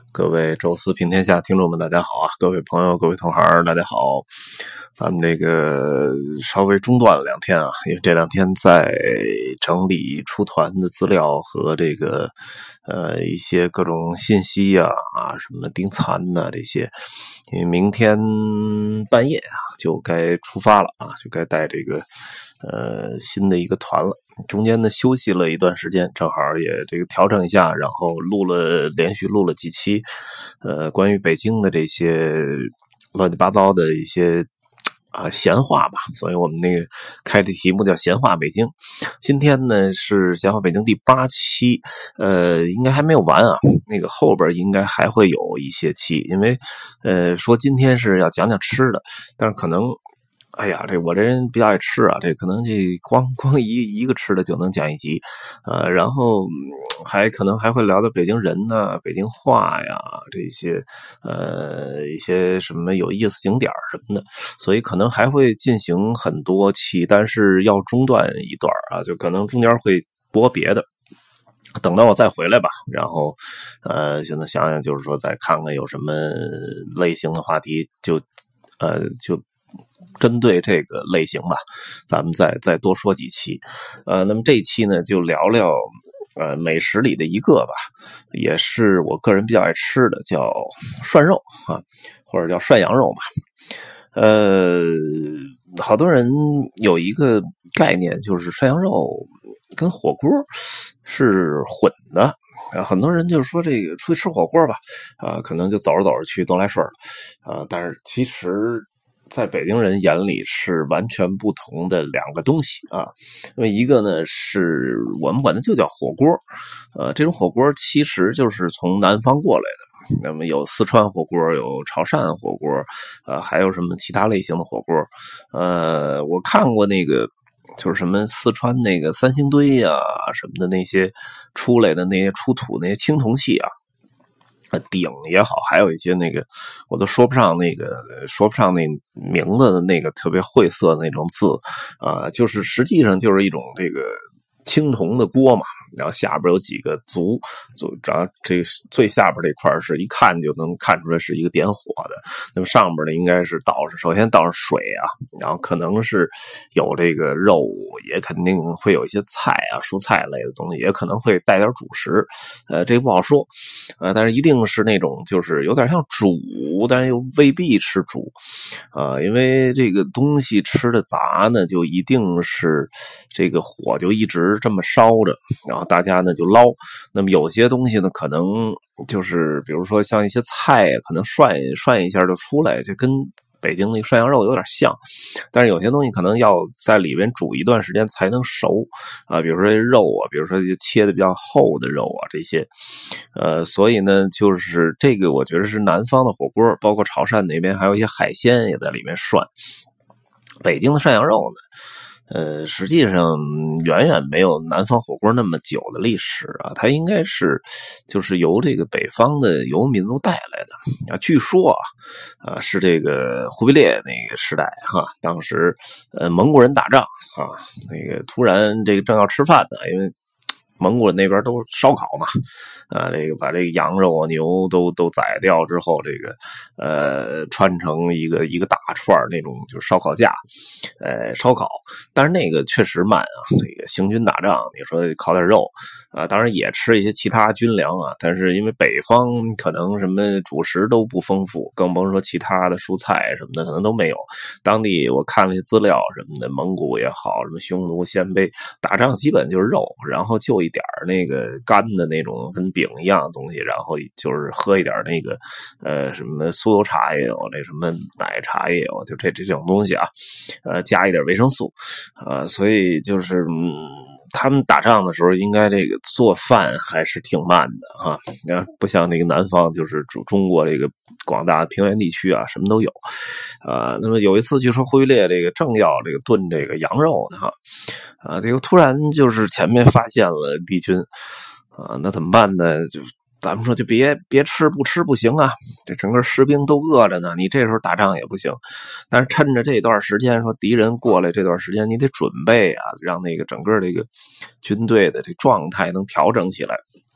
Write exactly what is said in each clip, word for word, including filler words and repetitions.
各位周四平天下听众们大家好啊，各位朋友各位同行大家好。咱们这个稍微中断了两天啊，因为这两天在整理出团的资料和这个呃一些各种信息啊啊什么订餐呐、啊、这些，因为明天半夜啊就该出发了啊，就该带这个呃新的一个团了。中间呢休息了一段时间，正好也这个调整一下，然后录了连续录了几期呃关于北京的这些乱七八糟的一些啊闲话吧，所以我们那个开的题目叫闲话北京。今天呢是闲话北京第八期，呃应该还没有完啊，那个后边应该还会有一些期，因为呃说今天是要讲讲吃的，但是可能哎呀，这我这人比较爱吃啊，这可能这光光一一个吃的就能讲一集，呃，然后还可能还会聊到北京人呢、北京话呀这些，呃，一些什么有意思景点什么的，所以可能还会进行很多期，但是要中断一段啊，就可能中间会播别的。等到我再回来吧，然后，呃，现在想想就是说再看看有什么类型的话题，就，呃，就。针对这个类型吧，咱们再再多说几期。呃，那么这一期呢，就聊聊呃美食里的一个吧，也是我个人比较爱吃的，叫涮肉啊，或者叫涮羊肉吧。呃，好多人有一个概念，就是涮羊肉跟火锅是混的。啊，很多人就是说这个出去吃火锅吧，啊，可能就走着走着去东来顺了，啊，但是其实。在北京人眼里是完全不同的两个东西啊，因为一个呢是我们管它就叫火锅，呃，这种火锅其实就是从南方过来的，那么有四川火锅，有潮汕火锅，呃，还有什么其他类型的火锅，呃，我看过那个就是什么四川那个三星堆啊什么的那些出来的那些出土那些青铜器啊。鼎也好，还有一些那个我都说不上那个说不上那名字的那个特别晦涩的那种字啊、呃，就是实际上就是一种这个青铜的锅嘛，然后下边有几个足，就然后这最下边这块是一看就能看出来是一个点火的，那么上边呢应该是倒上，首先倒上水啊，然后可能是有这个肉，也肯定会有一些菜啊，蔬菜类的东西，也可能会带点主食，呃，这个不好说，呃，但是一定是那种就是有点像煮，但是又未必吃煮，啊、呃，因为这个东西吃的杂呢，就一定是这个火就一直这么烧着，然后大家呢就捞。那么有些东西呢，可能就是比如说像一些菜，可能涮涮一下就出来，这跟北京那个涮羊肉有点像，但是有些东西可能要在里边煮一段时间才能熟啊，比如说肉啊，比如说切的比较厚的肉啊这些，呃，所以呢，就是这个我觉得是南方的火锅，包括潮汕那边还有一些海鲜也在里面涮。北京的涮羊肉呢？呃，实际上远远没有南方火锅那么久的历史啊，它应该是就是由这个北方的游牧民族带来的啊。据说啊，啊是这个忽必烈那个时代哈，当时呃蒙古人打仗啊，那个突然这个正要吃饭呢，因为蒙古人那边都烧烤嘛，啊，这个把这个羊肉啊、牛都都宰掉之后，这个呃穿成一个一个大串那种就是烧烤架，呃烧烤，但是那个确实慢啊，这个行军打仗，你说烤点肉啊，当然也吃一些其他军粮啊，但是因为北方可能什么主食都不丰富，更甭说其他的蔬菜什么的可能都没有。当地我看了一些资料什么的，蒙古也好，什么匈奴、鲜卑，打仗基本就是肉，然后就一点那个干的那种跟饼一样的东西，然后就是喝一点那个呃什么酥油茶也有，那什么奶茶也有，就这这种东西啊，呃加一点维生素，呃所以就是嗯。他们打仗的时候，应该这个做饭还是挺慢的哈，啊，不像那个南方，就是中国这个广大平原地区啊，什么都有，啊，那么有一次据说忽必烈这个正要这个炖这个羊肉呢哈，啊，这个突然就是前面发现了敌军，啊，那怎么办呢？就咱们说就别别吃，不吃不行啊！这整个士兵都饿着呢，你这时候打仗也不行。但是趁着这段时间，说敌人过来这段时间，你得准备啊，让那个整个这个军队的这状态能调整起来。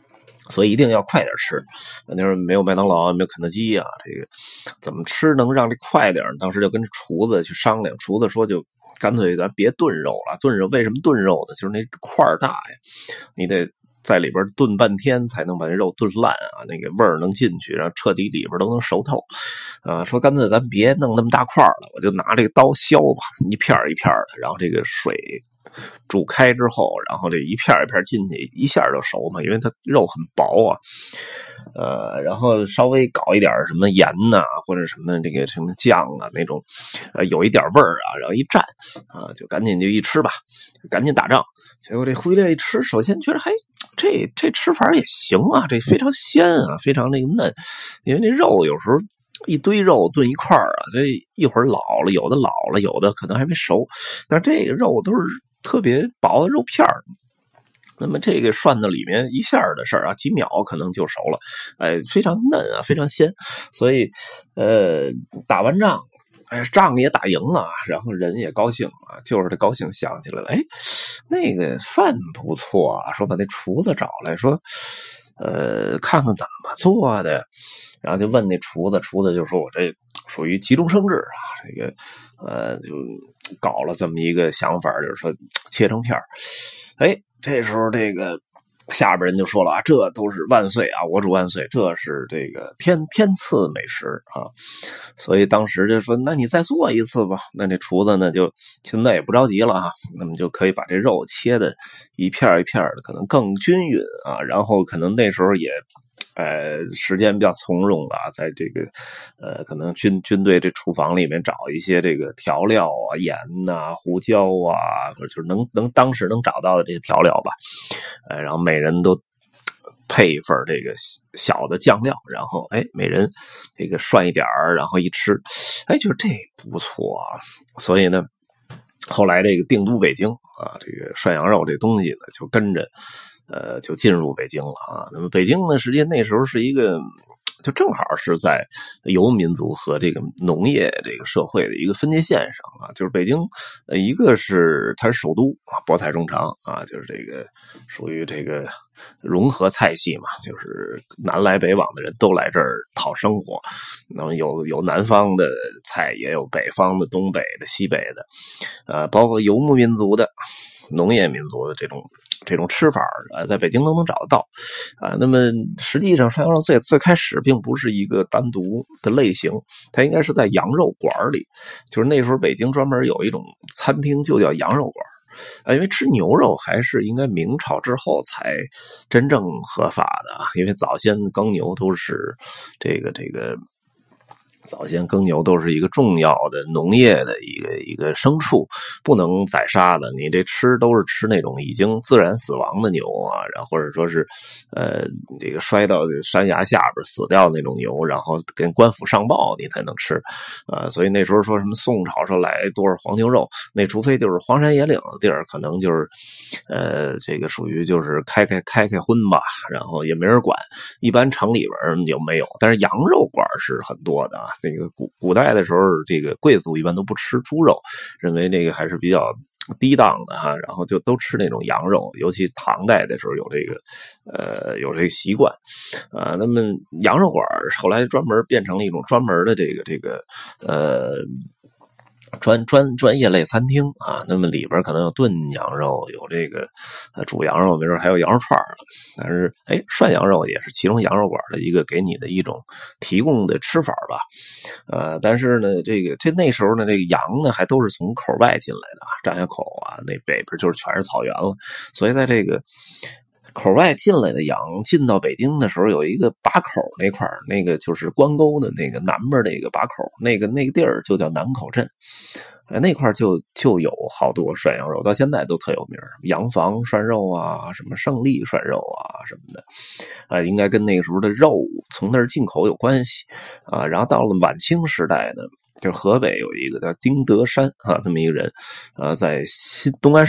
所以一定要快点吃。那时候没有麦当劳，没有肯德基啊，这个怎么吃能让这快点？当时就跟厨子去商量，厨子说就干脆咱别炖肉了，炖肉为什么炖肉呢？就是那块大呀，你得在里边炖半天才能把这肉炖烂啊，那个味儿能进去，然后彻底里边都能熟透。啊，说干脆咱别弄那么大块了，我就拿这个刀削吧，一片一片的，然后这个水煮开之后，然后这一片一片进去，一下就熟嘛，因为它肉很薄啊。呃，然后稍微搞一点什么盐呐、啊，或者什么这个什么酱啊那种，呃，有一点味儿啊，然后一蘸啊，就赶紧就一吃吧，赶紧打仗。结果这回来一吃，首先觉得还这这吃法也行啊，这非常鲜啊，非常那个嫩，因为那肉有时候一堆肉炖一块儿啊，这一会儿老了，有的老了，有的可能还没熟，但是这个肉都是特别薄的肉片儿。那么这个涮到里面一下的事儿啊，几秒可能就熟了，哎，非常嫩啊，非常鲜。所以，呃，打完仗，哎，仗也打赢了，然后人也高兴啊，就是这高兴想起来了，哎，那个饭不错啊，说把那厨子找来说，呃，看看怎么做的。然后就问那厨子，厨子就说我这属于急中生智啊，这个呃就搞了这么一个想法，就是说切成片儿。哎，这时候这个下边人就说了啊，这都是万岁啊，我主万岁，这是这个天天赐美食啊。所以当时就说，那你再做一次吧。那这厨子呢，就现在也不着急了啊，那么就可以把这肉切的一片一片的，可能更均匀啊。然后可能那时候也。呃，时间比较从容啊，在这个呃，可能军军队这厨房里面找一些这个调料啊，盐呐、啊、胡椒啊，或者就是能能当时能找到的这些调料吧，呃，然后每人都配一份这个小的酱料，然后哎，每人这个涮一点儿，然后一吃，哎，觉得这不错啊，所以呢。后来这个定都北京啊，这个涮羊肉这东西呢，就跟着，呃，就进入北京了啊。那么北京呢，实际那时候是一个，就正好是在游牧民族和这个农业这个社会的一个分界线上啊。就是北京，呃，一个是它是首都啊，博采众长啊，就是这个属于这个融合菜系嘛，就是南来北往的人都来这儿讨生活。那么有有南方的菜，也有北方的、东北的、西北的，呃，包括游牧民族的、农业民族的这种这种吃法，呃，在北京都能找得到啊。那么实际上，涮羊肉最最开始并不是一个单独的类型，它应该是在羊肉馆里，就是那时候北京专门有一种餐厅就叫羊肉馆。啊，因为吃牛肉还是应该明朝之后才真正合法的啊，因为早先耕牛都是这个这个。早先耕牛都是一个重要的农业的一个一个牲畜，不能宰杀的。你这吃都是吃那种已经自然死亡的牛啊，然后或者说是，呃，这个摔到山崖下边死掉那种牛，然后跟官府上报你才能吃，啊、呃，所以那时候说什么宋朝说来多少黄牛肉，那除非就是荒山野岭的地儿，可能就是，呃，这个属于就是开开开开荤吧，然后也没人管。一般城里边有没有？但是羊肉馆是很多的啊。那个古古代的时候，这个贵族一般都不吃猪肉，认为那个还是比较低档的哈，然后就都吃那种羊肉，尤其唐代的时候有这个，呃，有这个习惯，啊、呃，那么羊肉馆后来专门变成了一种专门的这个这个，呃。专专专业类餐厅啊，那么里边可能有炖羊肉，有这个呃煮羊肉，没准还有羊肉串了。但是哎，涮羊肉也是其中羊肉馆的一个给你的一种提供的吃法吧。呃，但是呢，这个这那时候呢，这个羊呢还都是从口外进来的啊，张家口啊，那北边就是全是草原了，所以在这个。口外进来的羊进到北京的时候，有一个把口那块那个就是关沟的那个南边的一个把口，那个那个地儿就叫南口镇，那块就就有好多涮羊肉，到现在都特有名，洋房涮肉啊，什么胜利涮肉啊什么的，啊，应该跟那个时候的肉从那儿进口有关系啊。然后到了晚清时代呢。就是河北有一个叫丁德山啊，这么一个人，呃，在新东安市场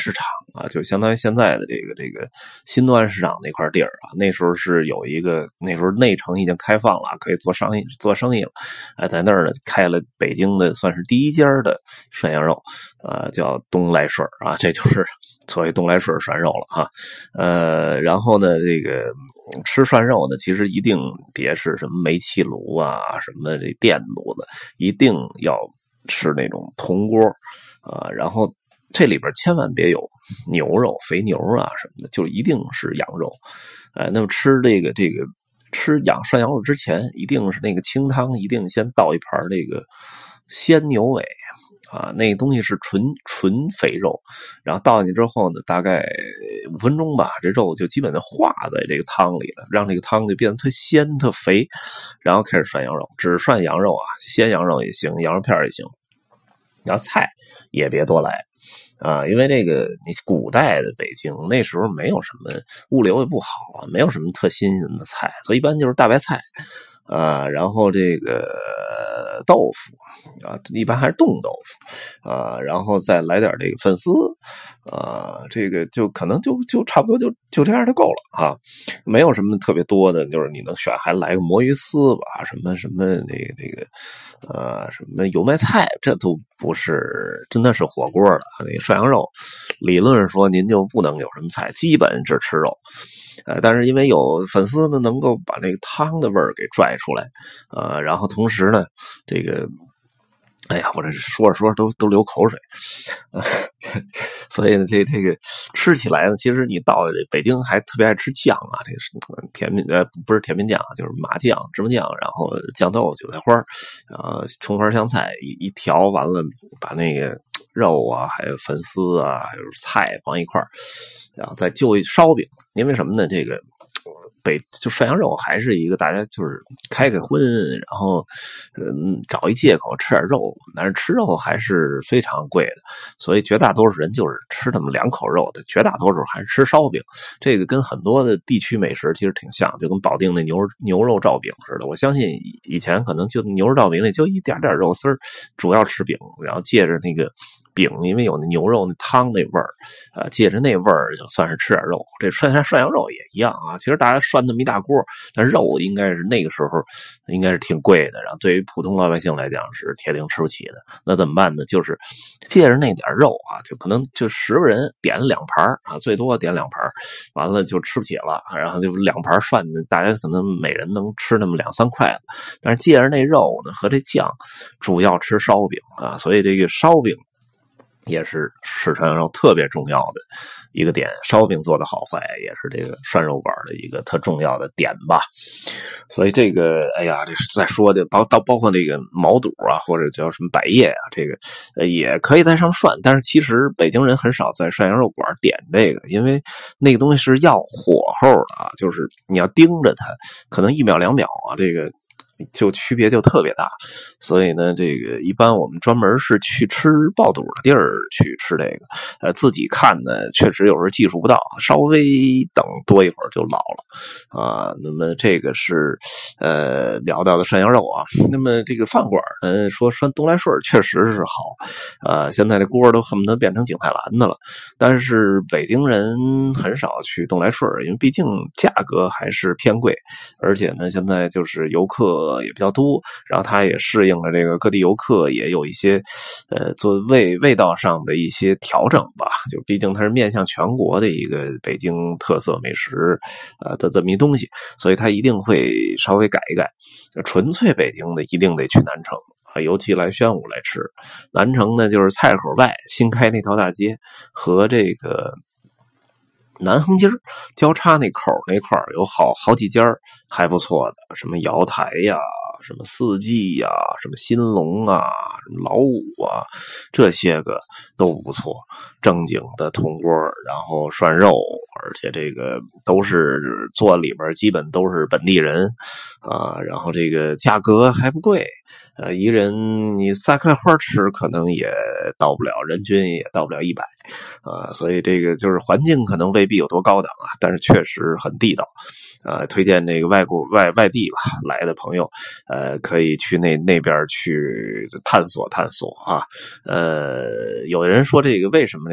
啊，就相当于现在的这个这个新端市场那块地儿啊，那时候是有一个，那时候内城已经开放了，可以做生意做生意了，哎，在那儿呢开了北京的算是第一家的涮羊肉，呃，叫东来顺啊，这就是所谓东来顺涮肉了啊，呃，然后呢，这个吃涮肉呢，其实一定别是什么煤气炉啊，什么这电炉子，一定要吃那种铜锅啊，然后这里边千万别有牛肉、肥牛啊什么的，就一定是羊肉。哎、呃，那么吃这个这个吃羊涮羊肉之前，一定是那个清汤，一定先倒一盘这个鲜牛尾。啊，那个东西是纯纯肥肉，然后倒进去之后呢，大概五分钟吧，这肉就基本就化在这个汤里了，让这个汤就变得特鲜特肥，然后开始涮羊肉，只涮羊肉啊，鲜羊肉也行，羊肉片也行，然后菜也别多来。啊，因为这个你古代的北京那时候没有什么物流也不好啊，没有什么特新鲜的菜，所以一般就是大白菜，啊，然后这个豆腐啊，一般还是冻豆腐啊，然后再来点这个粉丝啊，这个就可能就就差不多就就这样就够了啊，没有什么特别多的，就是你能选还来个魔芋丝吧，什么什么那个那个呃什么油麦菜，这都不是真的是火锅了。那个涮羊肉，理论上说您就不能有什么菜，基本只吃肉。呃，但是因为有粉丝呢，能够把那个汤的味儿给拽出来，呃，然后同时呢，这个，哎呀，我这说着说着都都流口水，呃、所以呢，这这个吃起来呢，其实你到北京还特别爱吃酱啊，这个甜面呃不是甜面酱，就是麻酱、芝麻酱，然后酱豆、韭菜花，呃，葱花香菜一一调完了，把那个肉啊，还有粉丝啊，还有菜放一块儿。然后再就烧饼，因为什么呢？这个北就涮羊肉还是一个大家就是开开荤，然后嗯找一借口吃点肉，但是吃肉还是非常贵的，所以绝大多数人就是吃那么两口肉的，绝大多数还是吃烧饼。这个跟很多的地区美食其实挺像，就跟保定那牛牛肉罩饼似的。我相信以前可能就牛肉罩饼里就一点点肉丝儿，主要吃饼，然后借着那个。饼因为有那牛肉那汤那味儿，呃，借着那味儿就算是吃点肉。这涮涮涮羊肉也一样啊。其实大家涮那么一大锅，但肉应该是那个时候应该是挺贵的，然后对于普通老百姓来讲是铁定吃不起的。那怎么办呢？就是借着那点肉啊，就可能就十个人点了两盘啊，最多点两盘，完了就吃不起了，然后就两盘涮，大家可能每人能吃那么两三块子。但是借着那肉呢和这酱，主要吃烧饼啊，所以这个烧饼。也是吃涮羊肉特别重要的一个点，烧饼做的好坏也是这个涮肉馆的一个特重要的点吧。所以这个，哎呀，这再说的包到包括那个毛肚啊，或者叫什么百叶啊，这个呃也可以在上涮。但是其实北京人很少在涮羊肉馆点这个，因为那个东西是要火候的啊，就是你要盯着它，可能一秒两秒啊，这个。就区别就特别大，所以呢，这个一般我们专门是去吃爆肚的地儿去吃这个，呃，自己看呢，确实有时候技术不到，稍微等多一会儿就老了啊。那么这个是呃聊到的涮羊肉啊，那么这个饭馆呢，说涮东来顺确实是好，呃，现在这锅都恨不得变成景泰蓝的了，但是北京人很少去东来顺，因为毕竟价格还是偏贵，而且呢，现在就是游客。也比较多，然后它也适应了这个各地游客也有一些，呃，做味味道上的一些调整吧。就毕竟它是面向全国的一个北京特色美食，呃的这么一东西，所以它一定会稍微改一改。纯粹北京的一定得去南城啊，尤其来宣武来吃。南城呢，就是菜口外新开那条大街和这个。南横街交叉那口那块有好好几家还不错的，什么瑶台呀，什么四季呀，什么新龙啊，什么老五啊，这些个都不错，正经的铜锅，然后涮肉，而且这个都是做里边基本都是本地人啊，然后这个价格还不贵。呃，一人你三块花吃，可能也到不了，人均也到不了一百，啊，所以这个就是环境可能未必有多高档啊，但是确实很地道，啊，推荐那个外国外外地吧来的朋友，呃，可以去那那边去探索探索啊，呃，有的人说这个为什么那个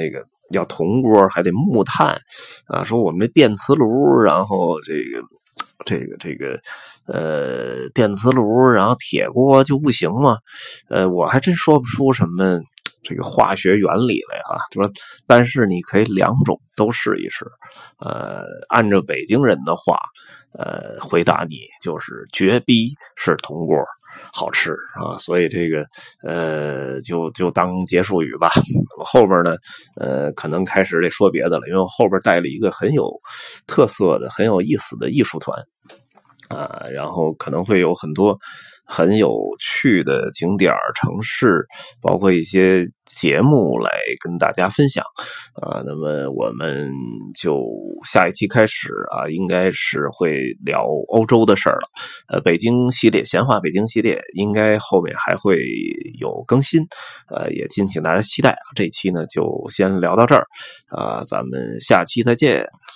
要铜锅还得木炭啊，说我们这电磁炉，然后这个这个这个呃电磁炉，然后铁锅就不行吗？呃，我还真说不出什么这个化学原理来哈，就说但是你可以两种都试一试，呃，按照北京人的话，呃，回答你就是绝逼是铜锅。好吃啊，所以这个呃，就就当结束语吧。后边呢，呃，可能开始得说别的了，因为我后边带了一个很有特色的、很有意思的艺术团啊，然后可能会有很多很有趣的景点、城市，包括一些节目来跟大家分享啊。那么我们就下一期开始啊，应该是会聊欧洲的事儿了。呃，北京系列闲话，北京系列应该后面还会有更新，呃，也敬请大家期待啊。这一期呢就先聊到这儿啊，咱们下期再见。